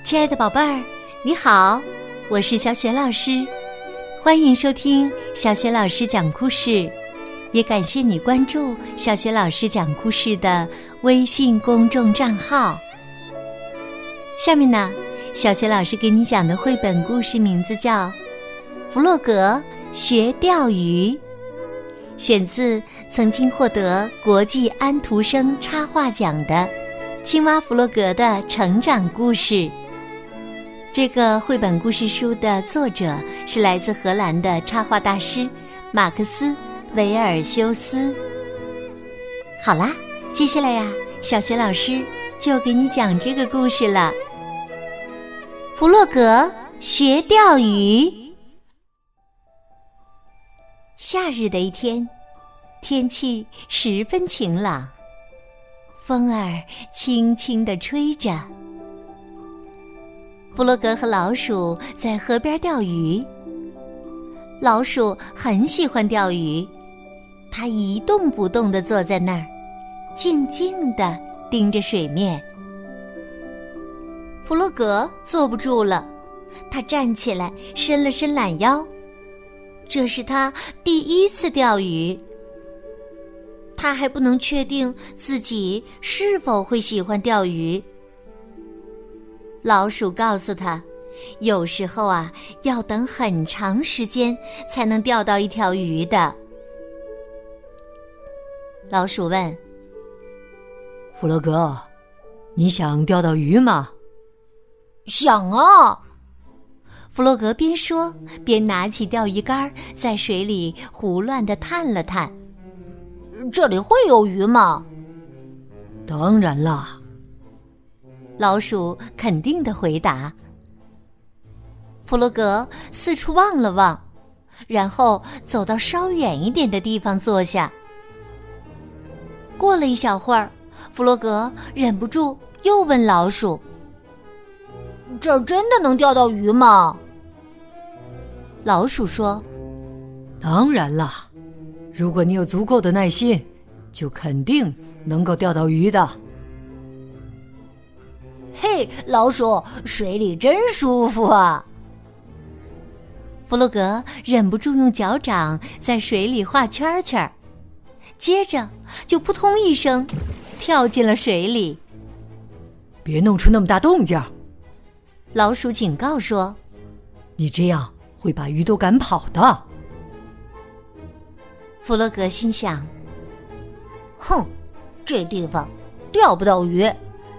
亲爱的宝贝儿，你好，我是小雪老师，欢迎收听小雪老师讲故事，也感谢你关注小雪老师讲故事的微信公众账号。下面呢，小雪老师给你讲的绘本故事名字叫《弗洛格学钓鱼》，选自曾经获得国际安徒生插画奖的青蛙弗洛格的成长故事。这个绘本故事书的作者是来自荷兰的插画大师马克思·维尔修斯。好啦，接下来呀，小雪老师就给你讲这个故事了。弗洛格学钓鱼。夏日的一天，天气十分晴朗，风儿轻轻地吹着。弗洛格和老鼠在河边钓鱼。老鼠很喜欢钓鱼，它一动不动地坐在那儿，静静地盯着水面。弗洛格坐不住了，他站起来，伸了伸懒腰。这是他第一次钓鱼，他还不能确定自己是否会喜欢钓鱼。老鼠告诉他，有时候啊，要等很长时间才能钓到一条鱼的。老鼠问： 弗洛格，你想钓到鱼吗？ 想啊！ 弗洛格边说边拿起钓鱼竿，在水里胡乱地探了探。 这里会有鱼吗？ 当然啦， 老鼠肯定地回答。弗洛格四处望了望，然后走到稍远一点的地方坐下。过了一小会儿，弗洛格忍不住又问老鼠： 这儿真的能钓到鱼吗？ 老鼠说： 当然啦，如果你有足够的耐心，就肯定能够钓到鱼的。 嘿，老鼠，水里真舒服啊！ 弗洛格忍不住用脚掌在水里画圈圈，接着就扑通一声跳进了水里。 别弄出那么大动静， 老鼠警告说： 你这样会把鱼都赶跑的。 弗洛格心想： 哼，这地方钓不到鱼。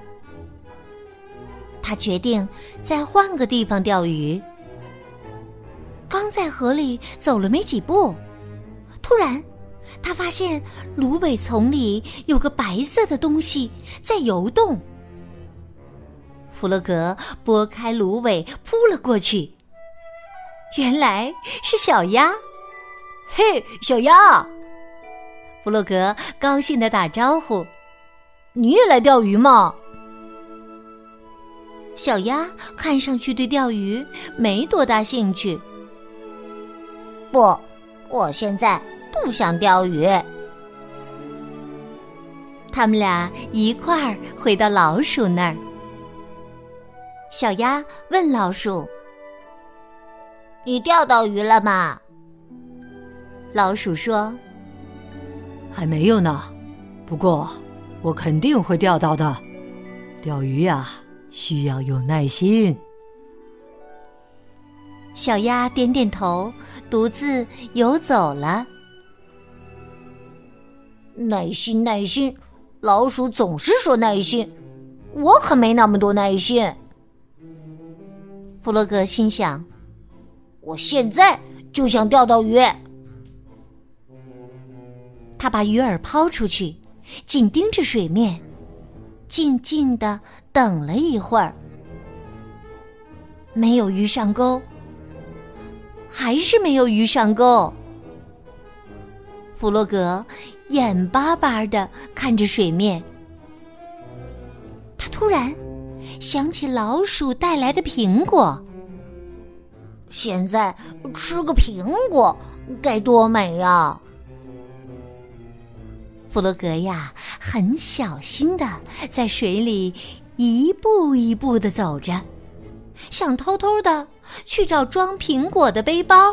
他决定再换个地方钓鱼。刚在河里走了没几步，突然他发现芦苇丛里有个白色的东西在游动。弗洛格拨开芦苇扑了过去，原来是小鸭。 嘿，小鸭！ 弗洛格高兴地打招呼： 你也来钓鱼吗？ 小鸭看上去对钓鱼没多大兴趣。 不，我现在不想钓鱼。 他们俩一块儿回到老鼠那儿。小鸭问老鼠： 你钓到鱼了吗？ 老鼠说： 还没有呢，不过我肯定会钓到的。钓鱼呀，需要有耐心。 小鸭点点头，独自游走了。 耐心，耐心，老鼠总是说耐心，我可没那么多耐心。 弗洛格心想： 我现在就想钓到鱼。 他把鱼饵抛出去，紧盯着水面，静静地等了一会儿。没有鱼上钩，还是没有鱼上钩。弗洛格眼巴巴地看着水面，他突然想起老鼠带来的苹果。 现在吃个苹果该多美呀！ 弗洛格呀，很小心地在水里一步一步地走着， 想偷偷的去找装苹果的背包。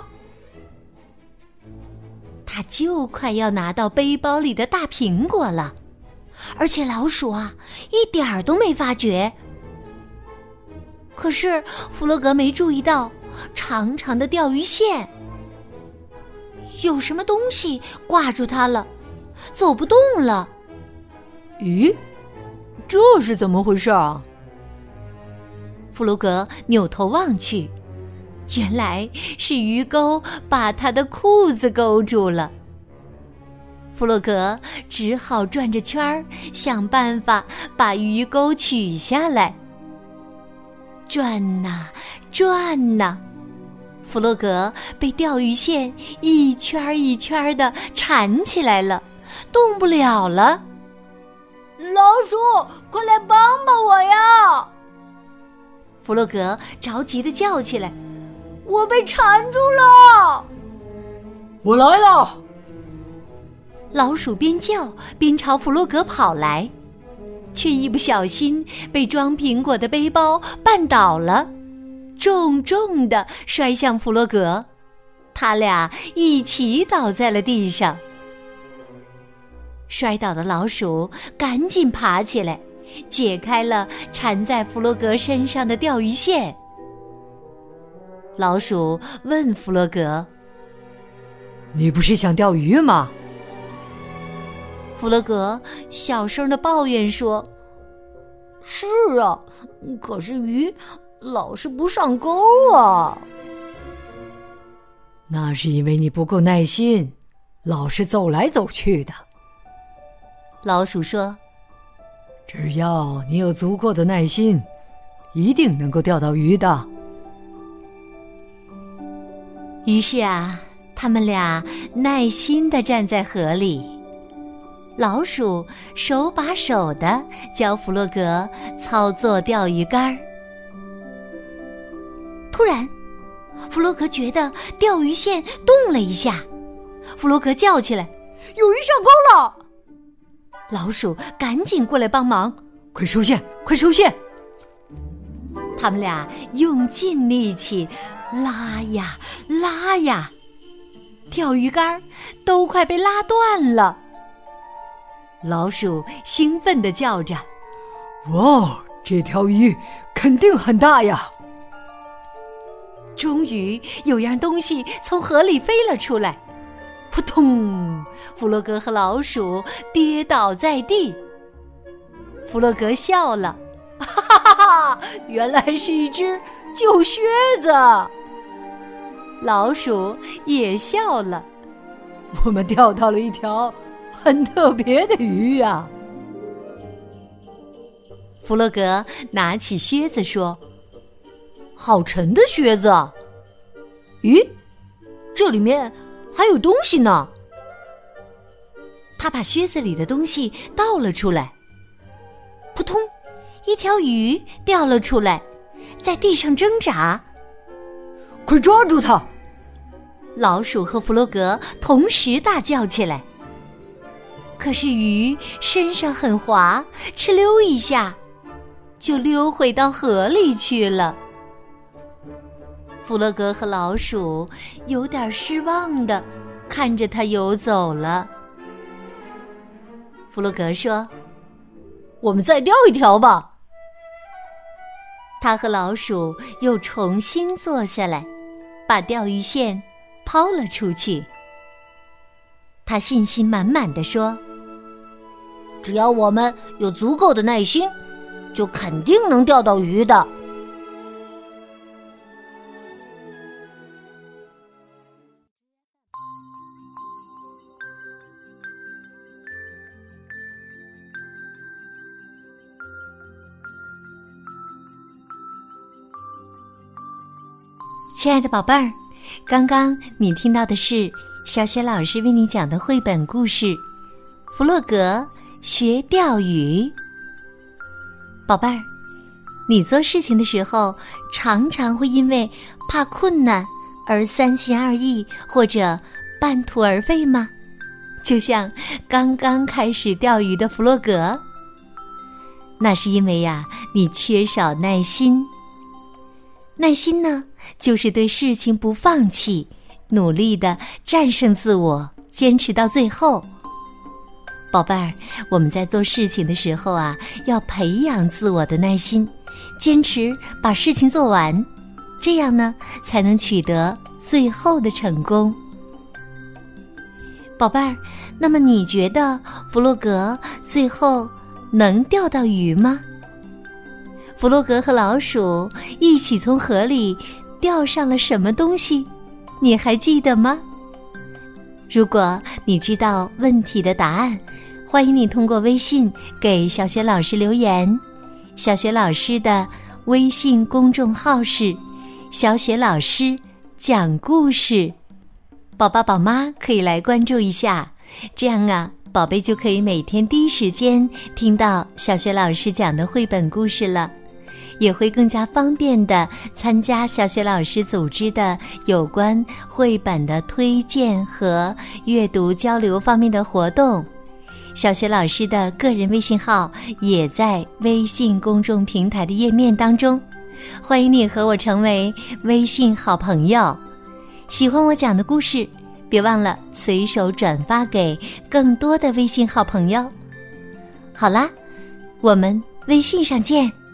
他就快要拿到背包里的大苹果了，而且老鼠啊，一点儿都没发觉。可是弗洛格没注意到长长的钓鱼线，有什么东西挂住他了，走不动了。 咦，这是怎么回事啊？ 弗洛格扭头望去，原来是鱼钩把他的裤子勾住了。弗洛格只好转着圈儿，想办法把鱼钩取下来。转呐转呐，弗洛格被钓鱼线一圈一圈地缠起来了，动不了了。 老鼠，快来帮帮我呀！ 弗洛格着急地叫起来：“ 我被缠住了！” 我来了！ 老鼠边叫边朝弗洛格跑来，却一不小心被装苹果的背包绊倒了，重重地摔向弗洛格，他俩一起倒在了地上。摔倒的老鼠赶紧爬起来，解开了缠在弗洛格身上的钓鱼线。老鼠问弗洛格：“ 你不是想钓鱼吗？” 弗洛格小声地抱怨说：“ 是啊，可是鱼老是不上钩啊。” 那是因为你不够耐心，老是走来走去的。 老鼠说：“ 只要你有足够的耐心，一定能够钓到鱼的。” 于是啊，他们俩耐心地站在河里。老鼠手把手地教弗洛格操作钓鱼竿。突然，弗洛格觉得钓鱼线动了一下，弗洛格叫起来：“ 有鱼上钩了！” 老鼠赶紧过来帮忙：“ 快收线，快收线！” 他们俩用尽力气拉呀拉呀，钓鱼竿都快被拉断了。老鼠兴奋地叫着：“ 哇，这条鱼肯定很大呀！” 终于有样东西从河里飞了出来，扑通！弗洛格和老鼠跌倒在地。弗洛格笑了：“ 哈哈哈！原来是一只旧靴子。” 老鼠也笑了：“ 我们钓到了一条很特别的鱼呀！” 弗洛格拿起靴子说：“ 好沉的靴子！咦，这里面还有东西呢。” 他把靴子里的东西倒了出来，扑通，一条鱼掉了出来，在地上挣扎。 “快抓住它！” 老鼠和弗洛格同时大叫起来。可是鱼身上很滑，哧溜一下就溜回到河里去了。弗洛格和老鼠有点失望地看着它游走了。弗洛格说：“ 我们再钓一条吧。” 他和老鼠又重新坐下来，把钓鱼线抛了出去。他信心满满地说：“ 只要我们有足够的耐心，就肯定能钓到鱼的。” 亲爱的宝贝儿，刚刚你听到的是小雪老师为你讲的绘本故事《弗洛格学钓鱼》。宝贝儿，你做事情的时候常常会因为怕困难而三心二意或者半途而废吗？就像刚刚开始钓鱼的弗洛格。那是因为呀，你缺少耐心。 耐心呢，就是对事情不放弃，努力地战胜自我，坚持到最后。宝贝儿，我们在做事情的时候啊，要培养自我的耐心，坚持把事情做完，这样呢，才能取得最后的成功。宝贝儿，那么你觉得弗洛格最后能钓到鱼吗？弗洛格和老鼠一起从河里钓上了什么东西？你还记得吗？如果你知道问题的答案，欢迎你通过微信给小雪老师留言。小雪老师的微信公众号是小雪老师讲故事，宝爸宝妈可以来关注一下，这样啊，宝贝就可以每天第一时间听到小雪老师讲的绘本故事了，也会更加方便地参加小雪老师组织的有关绘本的推荐和阅读交流方面的活动。小雪老师的个人微信号也在微信公众平台的页面当中，欢迎你和我成为微信好朋友。喜欢我讲的故事，别忘了随手转发给更多的微信好朋友。好啦，我们微信上见。